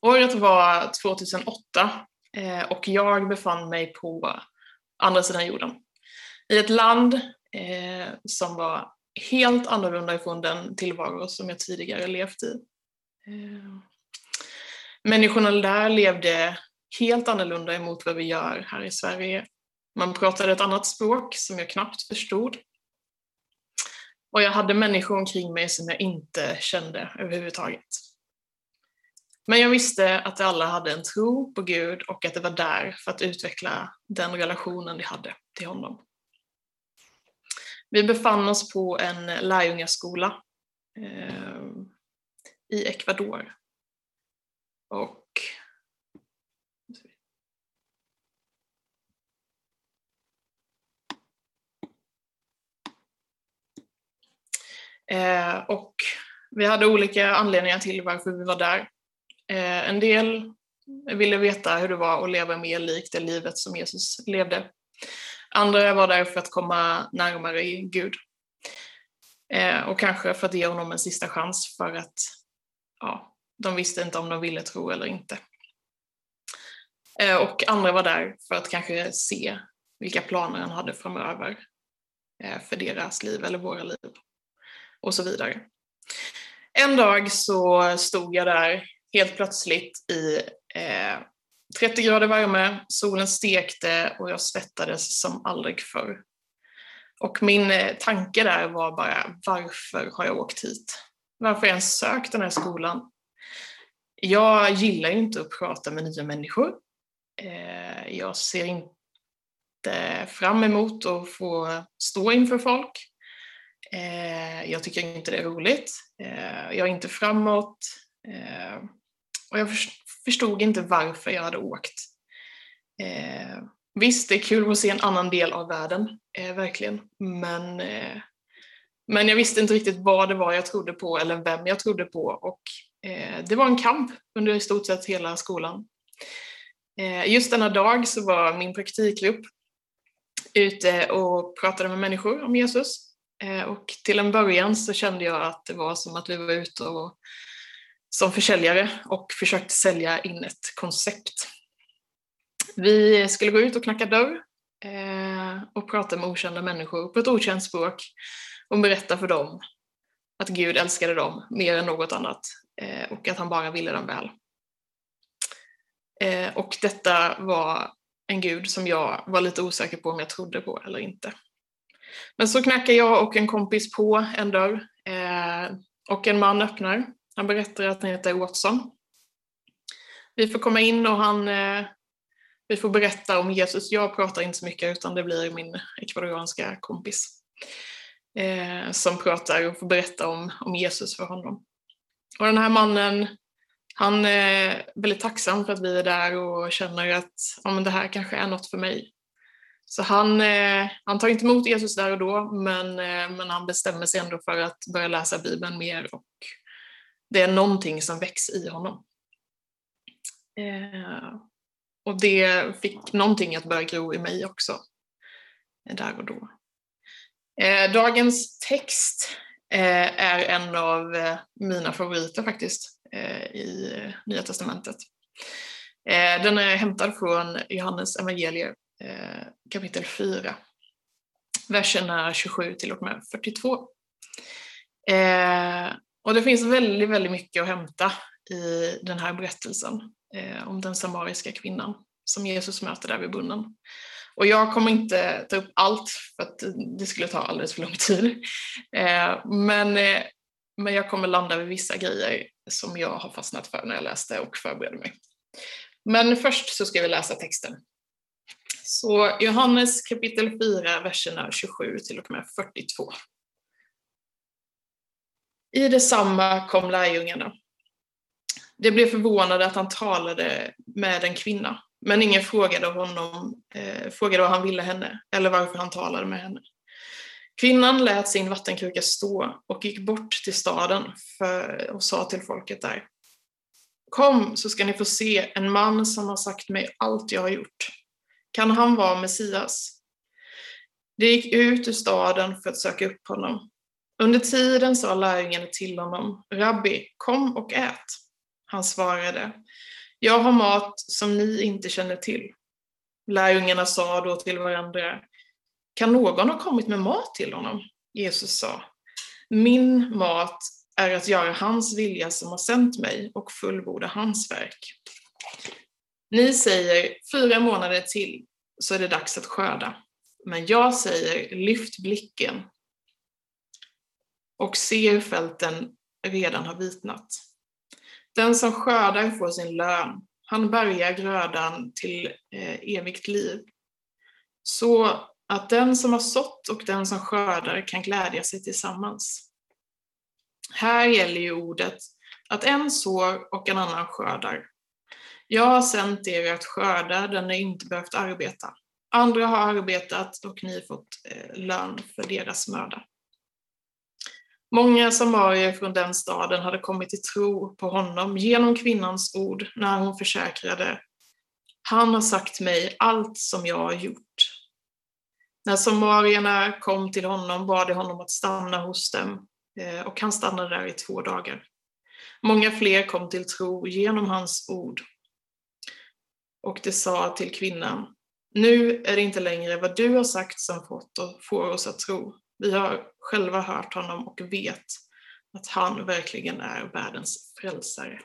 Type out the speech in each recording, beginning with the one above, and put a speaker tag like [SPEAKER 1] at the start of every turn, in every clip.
[SPEAKER 1] Året var 2008 och jag befann mig på andra sidan jorden. I ett land som var helt annorlunda ifrån den tillvaro som jag tidigare levt i. Människorna där levde helt annorlunda emot vad vi gör här i Sverige. Man pratade ett annat språk som jag knappt förstod. Och jag hade människor omkring mig som jag inte kände överhuvudtaget. Men jag visste att alla hade en tro på Gud och att det var där för att utveckla den relationen de hade till honom. Vi befann oss på en lärjungaskola i Ecuador. Och vi hade olika anledningar till varför vi var där. En del ville veta hur det var att leva mer likt det livet som Jesus levde. Andra var där för att komma närmare Gud. Och kanske för att ge honom en sista chans för att de visste inte om de ville tro eller inte. Och andra var där för att kanske se vilka planer han hade framöver för deras liv eller våra liv. Och så vidare. En dag så stod jag där helt plötsligt i 30 grader värme, solen stekte och jag svettades som aldrig förr. Och min tanke där var bara, varför har jag åkt hit? Varför har jag ens sökt den här skolan? Jag gillar inte att prata med nya människor. Jag ser inte fram emot att få stå inför folk. Jag tycker inte det är roligt. Jag är inte framåt. Och jag förstod inte varför jag hade åkt. Visst, det är kul att se en annan del av världen, verkligen. Men jag visste inte riktigt vad det var jag trodde på eller vem jag trodde på. Och det var en kamp under i stort sett hela skolan. Just denna dag så var min praktikgrupp ute och pratade med människor om Jesus. Och till en början så kände jag att det var som att vi var ute som försäljare och försökte sälja in ett koncept. Vi skulle gå ut och knacka dörr och prata med okända människor på ett okänt språk och berätta för dem att Gud älskade dem mer än något annat och att han bara ville dem väl. Och detta var en Gud som jag var lite osäker på om jag trodde på eller inte. Men så knackar jag och en kompis på en dörr och en man öppnar. Han berättar att han heter Watson. Vi får komma in och vi får berätta om Jesus. Jag pratar inte så mycket utan det blir min ecuadorianska kompis som pratar och får berätta om Jesus för honom. Och den här mannen, han är väldigt tacksam för att vi är där och känner att men det här kanske är något för mig. Så han tar inte emot Jesus där och då, men han bestämmer sig ändå för att börja läsa Bibeln mer och det är någonting som väcks i honom. Och det fick någonting att börja gro i mig också, där och då. Dagens text är en av mina favoriter faktiskt i Nya Testamentet. Den är hämtad från Johannes evangelium kapitel 4, verserna 27 till och med 42. Och det finns väldigt, väldigt mycket att hämta i den här berättelsen om den samariska kvinnan som Jesus möter där vid brunnen. Och jag kommer inte ta upp allt för att det skulle ta alldeles för lång tid. Men jag kommer landa vid vissa grejer som jag har fastnat för när jag läste och förberedde mig. Men först så ska vi läsa texten. Så Johannes kapitel 4, verserna 27 till och med 42. I detsamma kom lärjungarna. De blev förvånade att han talade med en kvinna, men ingen frågade vad han ville henne eller varför han talade med henne. Kvinnan lät sin vattenkruka stå och gick bort till staden och sa till folket där: Kom, så ska ni få se en man som har sagt mig allt jag har gjort. Kan han vara Messias? De gick ut ur staden för att söka upp honom. Under tiden sa lärjungarna till honom: Rabbi, kom och ät. Han svarade: jag har mat som ni inte känner till. Lärjungarna sa då till varandra: kan någon ha kommit med mat till honom? Jesus sa: min mat är att göra hans vilja som har sänt mig och fullborda hans verk. Ni säger 4 månader till så är det dags att skörda. Men jag säger: lyft blicken och se hur fälten redan har vitnat. Den som skördar får sin lön. Han bärgar grödan till evigt liv. Så att den som har sått och den som skördar kan glädja sig tillsammans. Här gäller ju ordet att en sår och en annan skördar. Jag har sänt er att skörda där ni inte behövt arbeta. Andra har arbetat och ni fått lön för deras möda. Många samarier från den staden hade kommit till tro på honom genom kvinnans ord när hon försäkrade: han har sagt mig allt som jag har gjort. När samarierna kom till honom bad de honom att stanna hos dem, och han stannade där i 2 dagar. Många fler kom till tro genom hans ord. Och det sa till kvinnan: nu är det inte längre vad du har sagt som får oss att tro. Vi har själva hört honom och vet att han verkligen är världens frälsare.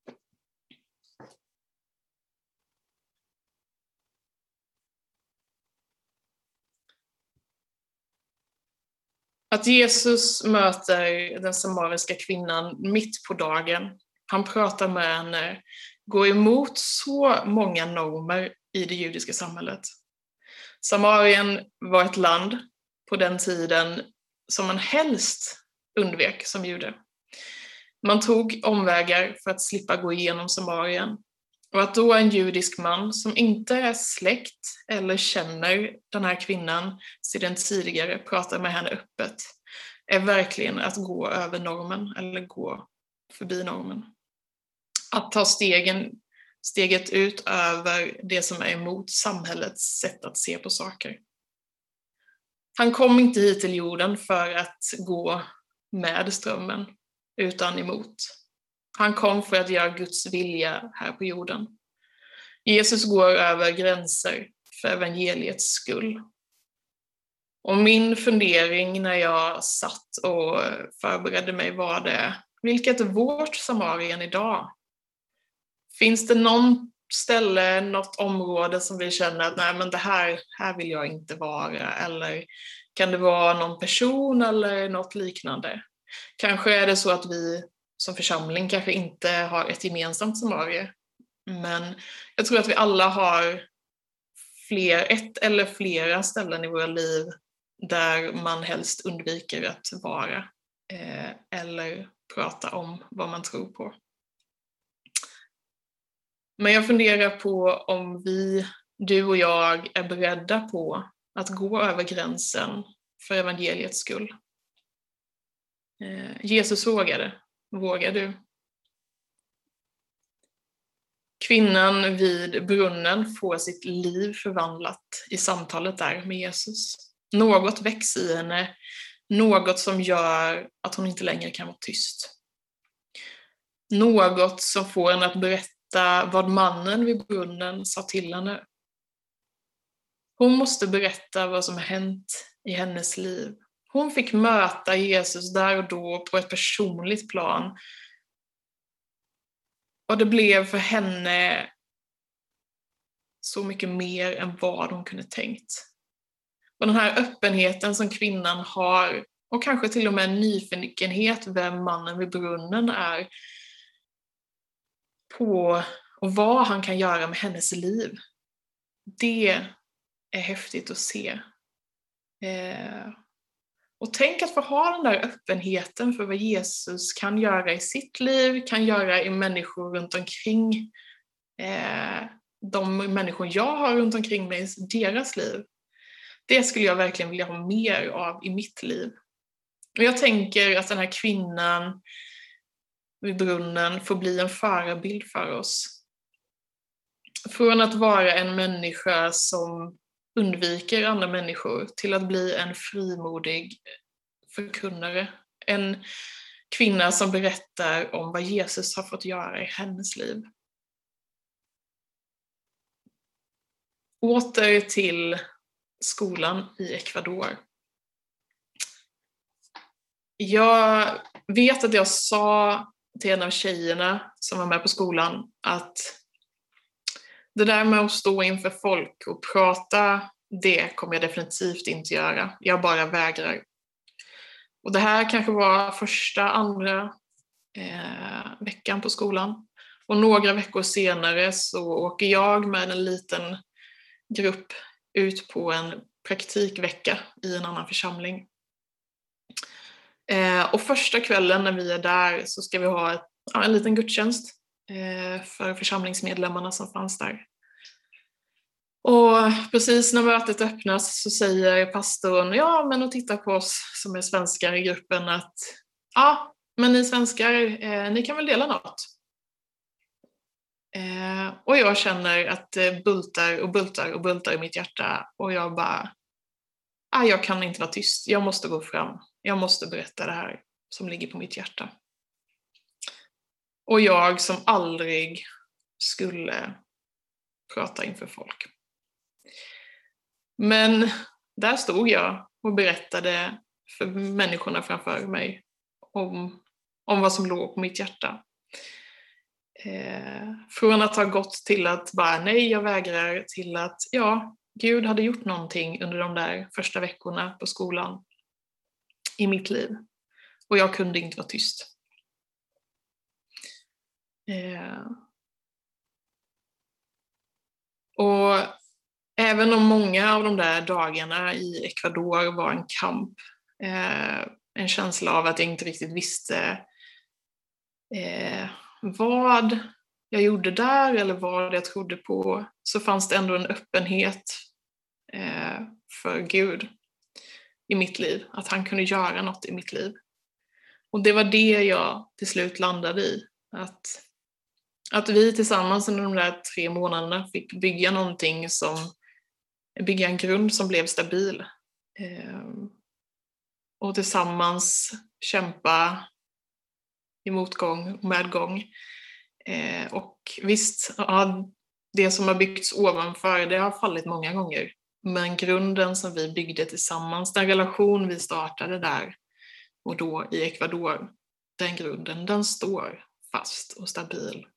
[SPEAKER 1] Att Jesus möter den samariska kvinnan mitt på dagen, han pratar med henne, går emot så många normer i det judiska samhället. Samarien var ett land på den tiden som man helst undvek som jude. Man tog omvägar för att slippa gå igenom Samarien. Och att då en judisk man som inte är släkt eller känner den här kvinnan sedan tidigare pratar med henne öppet är verkligen att gå över normen eller gå förbi normen. Att ta steget ut över det som är emot samhällets sätt att se på saker. Han kom inte hit till jorden för att gå med strömmen, utan emot. Han kom för att göra Guds vilja här på jorden. Jesus går över gränser för evangeliets skull. Och min fundering när jag satt och förberedde mig var det: vilket är vårt Samarien idag? Finns det någon ställe, något område som vi känner att nej, men det här vill jag inte vara? Eller kan det vara någon person eller något liknande? Kanske är det så att vi som församling kanske inte har ett gemensamt Samarie. Men jag tror att vi alla har ett eller flera ställen i våra liv där man helst undviker att vara eller prata om vad man tror på. Men jag funderar på om du och jag är beredda på att gå över gränsen för evangeliets skull. Jesus frågade: vågar du? Kvinnan vid brunnen får sitt liv förvandlat i samtalet där med Jesus. Något väcks i henne, något som gör att hon inte längre kan vara tyst. Något som får henne att berätta vad mannen vid brunnen sa till henne. Hon måste berätta vad som har hänt i hennes liv. Hon fick möta Jesus där och då på ett personligt plan. Och det blev för henne så mycket mer än vad hon kunde tänkt. Och den här öppenheten som kvinnan har, och kanske till och med en nyfikenhet vem mannen vid brunnen är, på och vad han kan göra med hennes liv. Det är häftigt att se. Och tänk att få ha den där öppenheten för vad Jesus kan göra i sitt liv, kan göra i människor runt omkring. De människor jag har runt omkring mig, deras liv. Det skulle jag verkligen vilja ha mer av i mitt liv. Och jag tänker att den här kvinnan vid brunnen får bli en förebild för oss. Från att vara en människa som undviker andra människor till att bli en frimodig förkunnare. En kvinna som berättar om vad Jesus har fått göra i hennes liv. Åter till skolan i Ecuador. Jag vet att jag sa till en av tjejerna som var med på skolan att det där med att stå inför folk och prata, det kommer jag definitivt inte göra. Jag bara vägrar. Och det här kanske var andra veckan på skolan. Och några veckor senare så åker jag med en liten grupp ut på en praktikvecka i en annan församling. Och första kvällen när vi är där så ska vi ha en liten gudstjänst för församlingsmedlemmarna som fanns där. Och precis när mötet öppnas så säger pastorn, och tittar på oss som är svenskar i gruppen att men ni svenskar, ni kan väl dela något? Och jag känner att det bultar och bultar och bultar i mitt hjärta och jag bara, jag kan inte vara tyst, jag måste gå fram, jag måste berätta det här som ligger på mitt hjärta. Och jag som aldrig skulle prata inför folk. Men där stod jag och berättade för människorna framför mig om vad som låg på mitt hjärta. Från att ha gått till att bara nej, jag vägrar, till att Gud hade gjort någonting under de där första veckorna på skolan i mitt liv. Och jag kunde inte vara tyst. Och även om många av de där dagarna i Ecuador var en kamp, en känsla av att jag inte riktigt visste vad jag gjorde där eller vad jag trodde på, så fanns det ändå en öppenhet för Gud i mitt liv, att han kunde göra något i mitt liv. Och det var det jag till slut landade i, att vi tillsammans under de där 3 månaderna fick bygga en grund som blev stabil. Och tillsammans kämpa i motgång och medgång. Och visst, det som har byggts ovanför, det har fallit många gånger. Men grunden som vi byggde tillsammans, den relation vi startade där och då i Ecuador, den grunden, den står fast och stabil.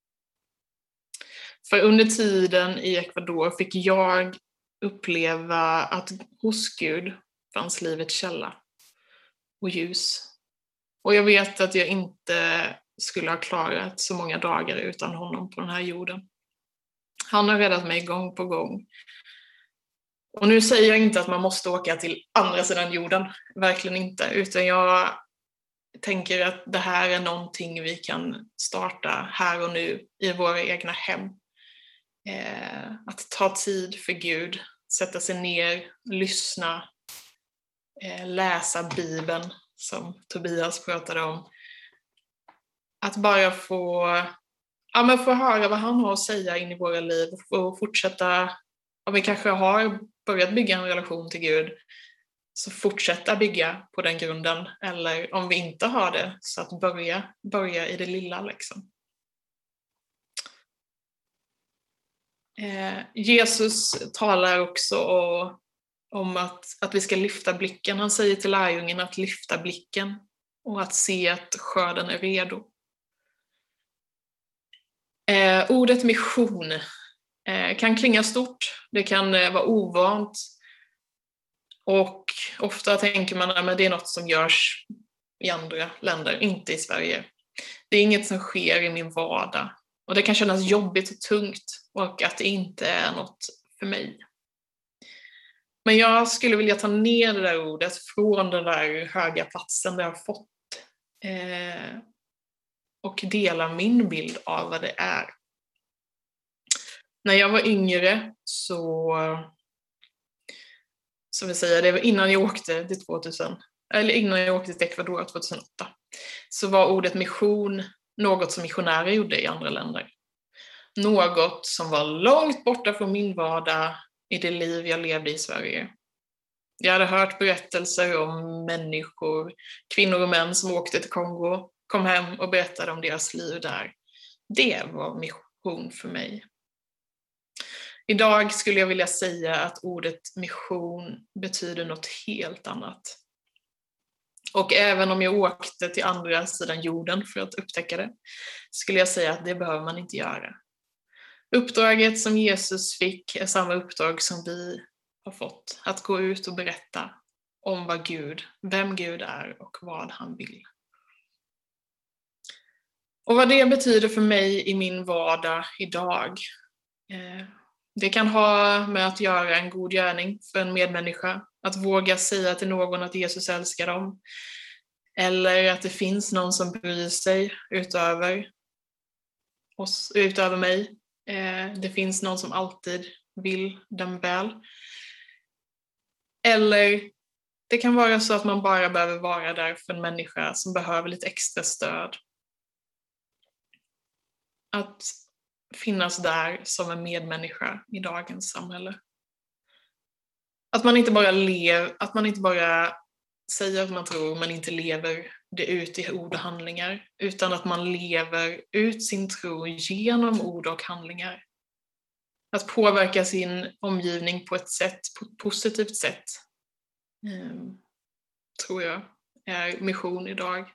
[SPEAKER 1] För under tiden i Ecuador fick jag uppleva att hos Gud fanns livets källa och ljus. Och jag vet att jag inte skulle ha klarat så många dagar utan honom på den här jorden. Han har räddat mig gång på gång. Och nu säger jag inte att man måste åka till andra sidan jorden, verkligen inte. Utan jag tänker att det här är någonting vi kan starta här och nu i våra egna hem. Att ta tid för Gud, sätta sig ner, lyssna, läsa Bibeln som Tobias pratade om. Att bara få höra vad han har att säga in i våra liv och fortsätta, om vi kanske har börjat bygga en relation till Gud, så fortsätta bygga på den grunden, eller om vi inte har det, så att börja i det lilla liksom. Jesus talar också om att vi ska lyfta blicken. Han säger till lärjungen att lyfta blicken och att se att skörden är redo. Ordet mission kan klinga stort, det kan vara ovant, och ofta tänker man att det är något som görs i andra länder, inte i Sverige. Det är inget som sker i min vardag, och det kan kännas jobbigt och tungt, och att det inte är något för mig. Men jag skulle vilja ta ner det där ordet från den där höga platsen där jag har fått och dela min bild av vad det är. När jag var yngre så vill säga, det var innan jag åkte till Ecuador 2008, så var ordet mission något som missionärer gjorde i andra länder. Något som var långt borta från min vardag i det liv jag levde i Sverige. Jag hade hört berättelser om människor, kvinnor och män som åkte till Kongo, kom hem och berättade om deras liv där. Det var mission för mig. Idag skulle jag vilja säga att ordet mission betyder något helt annat. Och även om jag åkte till andra sidan jorden för att upptäcka det, skulle jag säga att det behöver man inte göra. Uppdraget som Jesus fick är samma uppdrag som vi har fått, att gå ut och berätta om vem Gud är och vad han vill. Och vad det betyder för mig i min vardag idag. Det kan ha med att göra en god gärning för en medmänniska, att våga säga till någon att Jesus älskar dem, eller att det finns någon som bryr sig utöver mig. Det finns någon som alltid vill dem väl. Eller det kan vara så att man bara behöver vara där för en människa som behöver lite extra stöd. Att finnas där som en medmänniska i dagens samhälle. Att man inte bara säger att man tror men inte lever det ut i ord och handlingar, utan att man lever ut sin tro genom ord och handlingar. Att påverka sin omgivning på ett positivt sätt, tror jag är mission idag.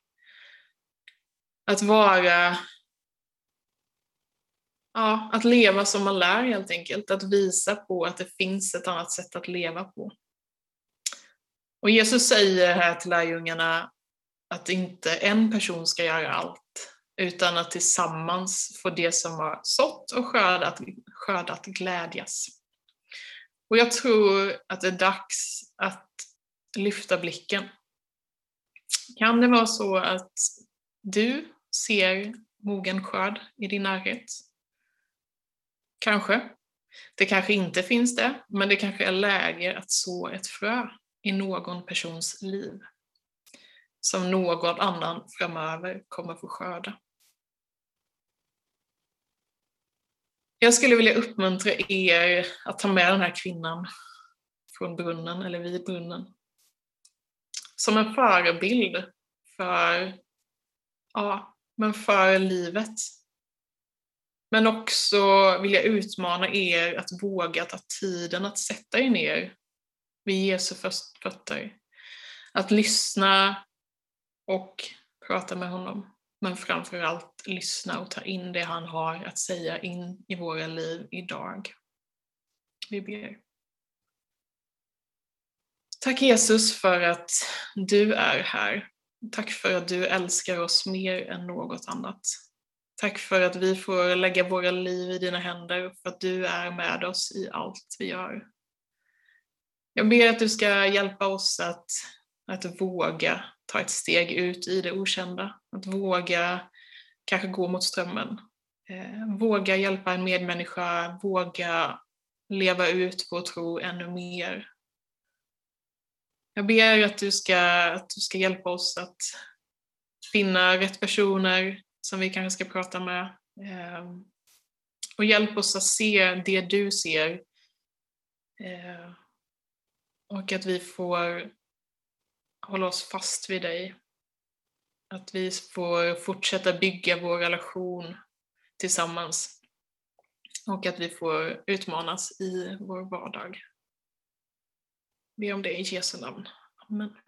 [SPEAKER 1] Att leva som man lär helt enkelt, att visa på att det finns ett annat sätt att leva på. Och Jesus säger här till lärjungarna att inte en person ska göra allt, utan att tillsammans få det som har sått och skördat glädjas. Och jag tror att det är dags att lyfta blicken. Kan det vara så att du ser mogen skörd i din närhet? Kanske. Det kanske inte finns det, men det kanske är läge att så ett frö i någon persons liv som någon annan framöver kommer få skörda. Jag skulle vilja uppmuntra er att ta med den här kvinnan från brunnen eller vid brunnen som en förebild för livet. Men också vill jag utmana er att våga ta tiden att sätta er ner vid Jesu fötter. Att lyssna och prata med honom. Men framförallt lyssna och ta in det han har att säga in i våra liv idag. Vi ber. Tack Jesus för att du är här. Tack för att du älskar oss mer än något annat. Tack för att vi får lägga våra liv i dina händer och för att du är med oss i allt vi gör. Jag ber att du ska hjälpa oss att våga ta ett steg ut i det okända. Att våga kanske gå mot strömmen. Våga hjälpa en medmänniska. Våga leva ut vår tro ännu mer. Jag ber att du ska hjälpa oss att finna rätt personer som vi kanske ska prata med. Och hjälp oss att se det du ser. Och att vi får hålla oss fast vid dig. Att vi får fortsätta bygga vår relation tillsammans. Och att vi får utmanas i vår vardag. Vi ber om det i Jesu namn. Amen.